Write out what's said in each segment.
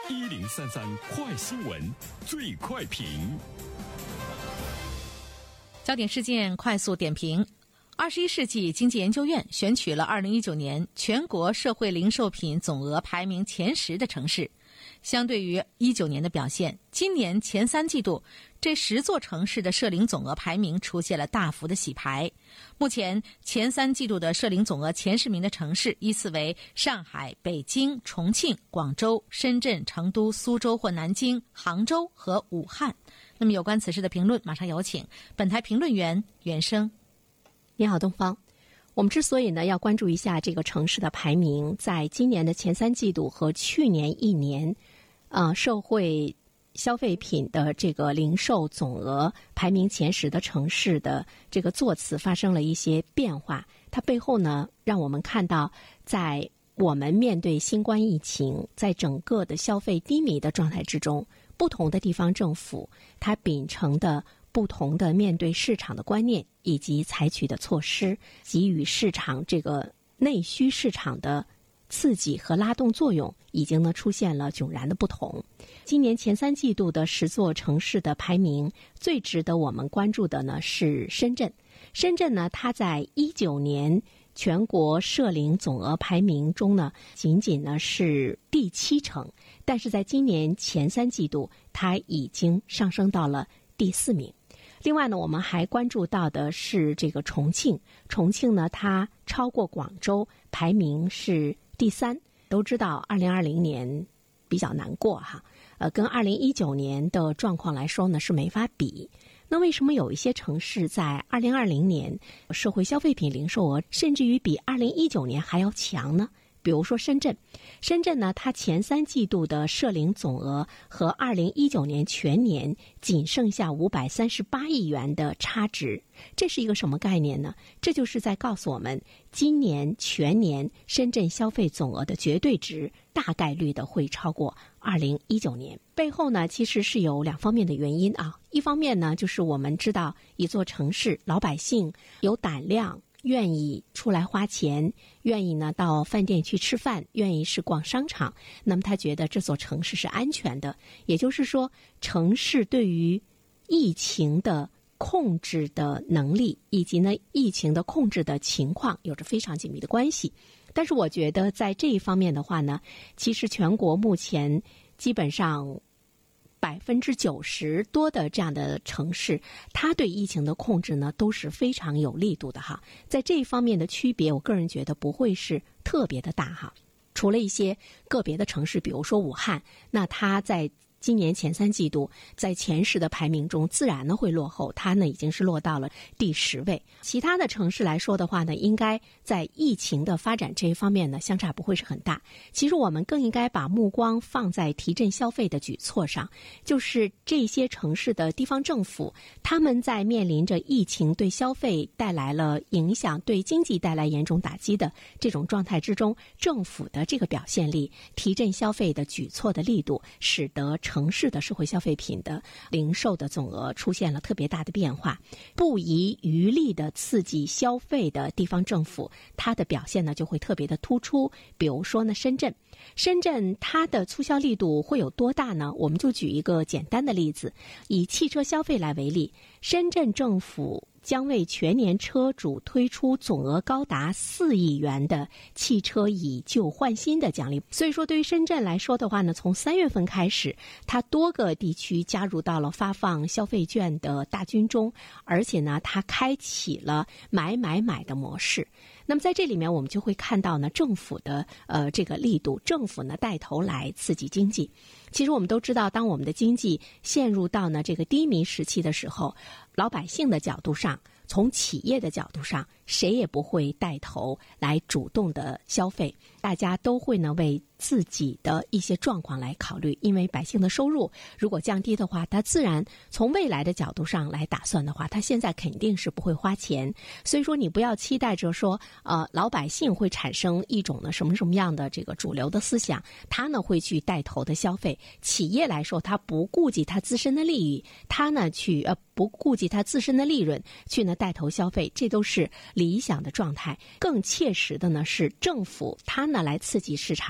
1033快新闻最快评， 焦点事件快速点评。21世纪经济研究院选取了2019年全国社会零售品总额排名前10的城市。相对于19年的表现，今年前3季度这10座城市的社零总额排名出现了大幅的洗牌。目前前3季度的社零总额前10名的城市依次为上海、北京、重庆、广州、深圳、成都、苏州或南京、杭州和武汉。那么有关此事的评论，马上有请本台评论员袁生。 你好，东方。我们之所以呢要关注一下这个城市的排名，在今年的前3季度和去年1年，社会消费品的这个零售总额排名前10的城市的这个座次发生了一些变化。它背后呢，让我们看到，在我们面对新冠疫情，在整个的消费低迷的状态之中，不同的地方政府它秉承的不同的面对市场的观念以及采取的措施，给予市场这个内需市场的刺激和拉动作用，已经呢出现了迥然的不同。今年前3季度的10座城市的排名，最值得我们关注的呢是深圳。深圳呢，它在19年全国社零总额排名中呢，仅仅呢是第7城，但是在今年前3季度，它已经上升到了第4名。另外呢，我们还关注到的是这个重庆。重庆呢，它超过广州，排名是第3。都知道2020年比较难过哈，跟2019年的状况来说呢是没法比。那为什么有一些城市在2020年社会消费品零售额甚至于比2019年还要强呢？比如说深圳。深圳呢，它前3季度的社零总额和2019年全年仅剩下538亿元的差值。这是一个什么概念呢？这就是在告诉我们，今年全年深圳消费总额的绝对值大概率的会超过2019年。背后呢，其实是有2方面的原因啊。一方面呢，就是我们知道一座城市老百姓有胆量，愿意出来花钱，愿意呢到饭店去吃饭，愿意是逛商场，那么他觉得这座城市是安全的。也就是说，城市对于疫情的控制的能力以及呢疫情的控制的情况有着非常紧密的关系。但是我觉得在这一方面的话呢，其实全国目前基本上90%多的这样的城市，它对疫情的控制呢都是非常有力度的哈。在这一方面的区别，我个人觉得不会是特别的大哈。除了一些个别的城市，比如说武汉，那它在今年前3季度在前10的排名中自然呢会落后，它呢已经是落到了第10位。其他的城市来说的话呢，应该在疫情的发展这一方面呢相差不会是很大。其实我们更应该把目光放在提振消费的举措上，就是这些城市的地方政府，他们在面临着疫情对消费带来了影响，对经济带来严重打击的这种状态之中，政府的这个表现力，提振消费的举措的力度，使得城市的社会消费品的零售的总额出现了特别大的变化。不遗余力的刺激消费的地方政府，它的表现呢就会特别的突出。比如说呢，深圳它的促销力度会有多大呢？我们就举一个简单的例子，以汽车消费来为例，深圳政府将为全年车主推出总额高达4亿元的汽车以旧换新的奖励。所以说对于深圳来说的话呢，从3月份开始，它多个地区加入到了发放消费券的大军中，而且呢，它开启了买的模式。那么在这里面我们就会看到呢，政府的这个力度，政府呢带头来刺激经济。其实我们都知道，当我们的经济陷入到呢这个低迷时期的时候，老百姓的角度上，从企业的角度上，谁也不会带头来主动的消费，大家都会呢为自己的一些状况来考虑。因为百姓的收入如果降低的话，他自然从未来的角度上来打算的话，他现在肯定是不会花钱。所以说你不要期待着说老百姓会产生一种呢什么样的这个主流的思想，他呢会去带头的消费。企业来说，他不顾及他自身的利益，他呢不顾及他自身的利润去呢带头消费，这都是理想的状态。更切实的呢是政府他呢来刺激市场，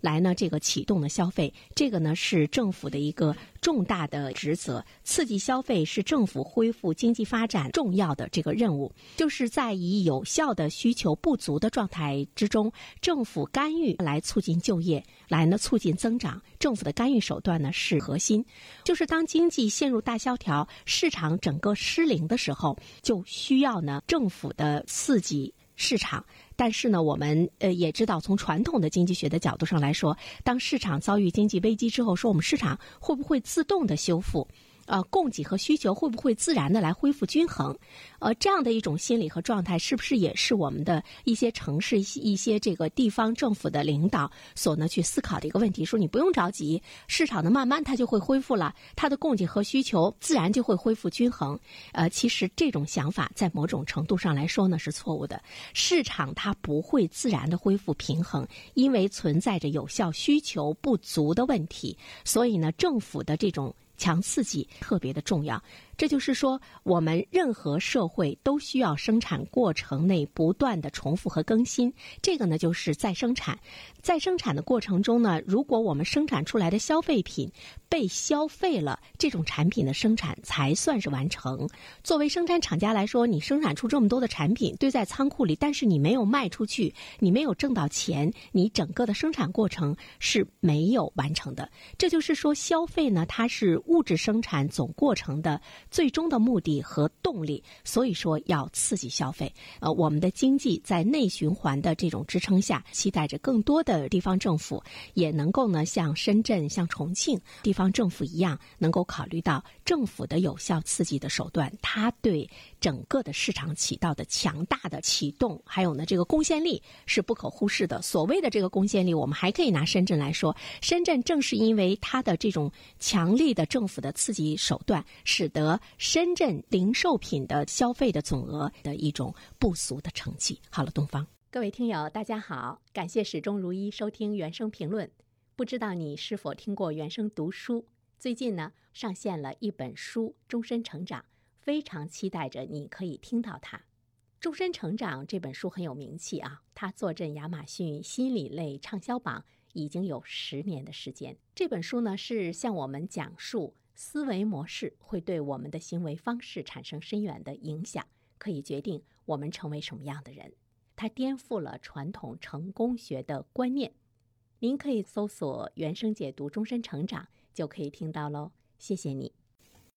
来呢这个启动的消费，这个呢是政府的一个重大的职责。刺激消费是政府恢复经济发展重要的这个任务，就是在以有效的需求不足的状态之中，政府干预来促进就业，来呢促进增长。政府的干预手段呢是核心，就是当经济陷入大萧条，市场整个失灵的时候，就需要呢政府的刺激市场。但是呢，我们也知道，从传统的经济学的角度上来说，当市场遭遇经济危机之后，说我们市场会不会自动的修复？供给和需求会不会自然的来恢复均衡？这样的一种心理和状态，是不是也是我们的一些城市、一些这个地方政府的领导所呢去思考的一个问题？说你不用着急，市场呢慢慢它就会恢复了，它的供给和需求自然就会恢复均衡。其实这种想法在某种程度上来说呢是错误的。市场它不会自然的恢复平衡，因为存在着有效需求不足的问题，所以呢，政府的这种强刺激特别的重要。这就是说，我们任何社会都需要生产过程内不断的重复和更新，这个呢就是再生产。在生产的过程中呢，如果我们生产出来的消费品被消费了，这种产品的生产才算是完成。作为生产厂家来说，你生产出这么多的产品堆在仓库里，但是你没有卖出去，你没有挣到钱，你整个的生产过程是没有完成的。这就是说，消费呢，它是物质生产总过程的最终的目的和动力，所以说要刺激消费。我们的经济在内循环的这种支撑下，期待着更多的地方政府也能够呢像深圳、像重庆地方政府一样，能够考虑到政府的有效刺激的手段，它对整个的市场起到的强大的启动，还有呢这个贡献力是不可忽视的。所谓的这个贡献力，我们还可以拿深圳来说，深圳正是因为它的这种强力的政府的刺激手段，使得深圳零售品的消费的总额的一种不俗的成绩。好了，东方，各位听友大家好，感谢始终如一收听原声评论。不知道你是否听过原声读书，最近呢上线了一本书《终身成长》，非常期待着你可以听到它。《终身成长》这本书很有名气啊，它坐镇亚马逊心理类畅销榜已经有10年的时间。这本书呢是向我们讲述思维模式会对我们的行为方式产生深远的影响，可以决定我们成为什么样的人。它颠覆了传统成功学的观念。您可以搜索原声解读终身成长就可以听到喽，谢谢你。